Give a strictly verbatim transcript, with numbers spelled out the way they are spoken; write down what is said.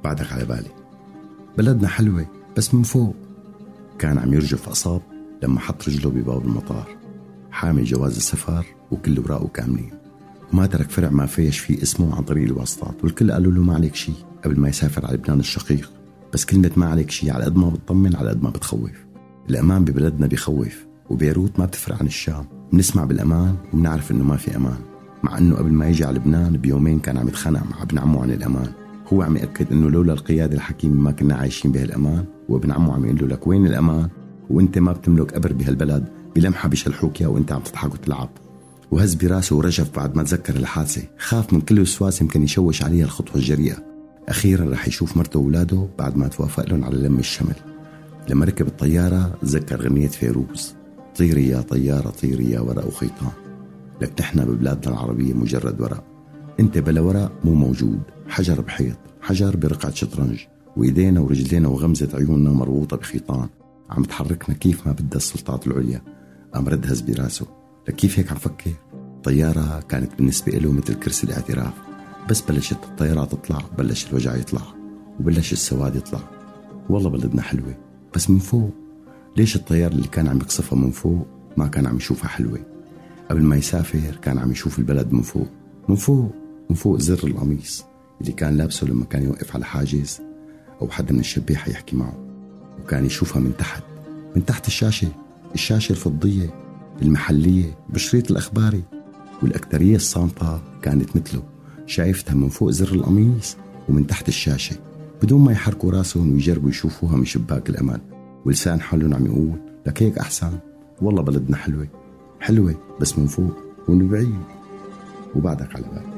بعدك على بالي. بلدنا حلوة بس من فوق. كان عم يرجف أصاب لما حط رجله بباب المطار، حامل جواز السفر وكل وراءه كاملين، وما ترك فرع ما فيش فيه اسمه عن طريق الواسطات، والكل قالوا له ما عليك شيء قبل ما يسافر على لبنان الشقيق. بس كلمة ما عليك شيء على قد ما بتطمن على قد ما بتخوف. الأمان ببلدنا بيخوف، وبيروت ما بتفرق عن الشام. بنسمع بالأمان وبنعرف إنه ما في أمان، مع إنه قبل ما يجي على لبنان بيومين كان عم يتخانق مع ابن عمه عن الأمان. هو عم يأكد إنه لولا القيادة الحكيمة ما كنا عايشين بهالأمان، وابن عمه عم يقول له لك وين الأمان وإنت ما بتملك قبر بهالبلد، بلمحة بيشلحوك يا وإنت عم تضحك وتلعب. وهز براسه ورجف بعد ما تذكر الحادثة، خاف من كل وسواس يمكن يشوش عليها الخطوة الجريئة. أخيرا رح يشوف مرته وأولاده بعد ما توافق لهم على لم الشمل. لما ركب الطيارة تذكر غنية فيروز، طيري يا طيارة طيري يا ورق وخيطان، لك نحن ببلادنا العربية مجرد ورق، انت بلا ورق مو موجود، حجر بحيط، حجر برقعة شطرنج، وإيدينا ورجلينا وغمزة عيوننا مربوطة بخيطان عم تحركنا كيف ما بدها السلطات العليا. قام رد هز براسه، لك كيف هيك عم فكر؟ الطيارة كانت بالنسبة له مثل كرسي الاعتراف، بس بلشت الطيارة تطلع بلش الوجع يطلع وبلش السواد يطلع. والله بلدنا حلوة بس من فوق. ليش الطيار اللي كان عم يقصفها من فوق ما كان عم يشوفها حلوة؟ قبل ما يسافر كان عم يشوف البلد من فوق، من فوق من فوق زر القميص اللي كان لابسه لما كان يوقف على حاجز أو حدا من الشبيحة يحكي معه، وكان يشوفها من تحت، من تحت الشاشة، الشاشة الفضية المحلية بشريط الأخباري. والأكترية الصامتة كانت مثله شايفتها من فوق زر القميص ومن تحت الشاشة بدون ما يحركوا راسهم ويجربوا يشوفوها من شباك الأمان. ولسان حالهم عم يقول لك هيك أحسن. والله بلدنا حلوة حلوة بس من فوق ومن بعيد. وبعدك على بالك.